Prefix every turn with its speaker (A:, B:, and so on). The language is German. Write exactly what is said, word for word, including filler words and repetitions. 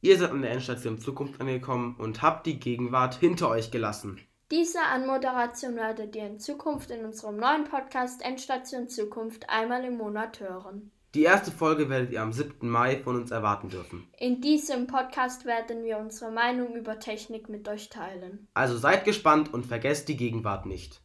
A: Ihr seid an der Endstation Zukunft angekommen und habt die Gegenwart hinter euch gelassen.
B: Diese Anmoderation werdet ihr in Zukunft in unserem neuen Podcast Endstation Zukunft einmal im Monat hören.
A: Die erste Folge werdet ihr am siebten Mai von uns erwarten dürfen.
B: In diesem Podcast werden wir unsere Meinung über Technik mit euch teilen.
A: Also seid gespannt und vergesst die Gegenwart nicht.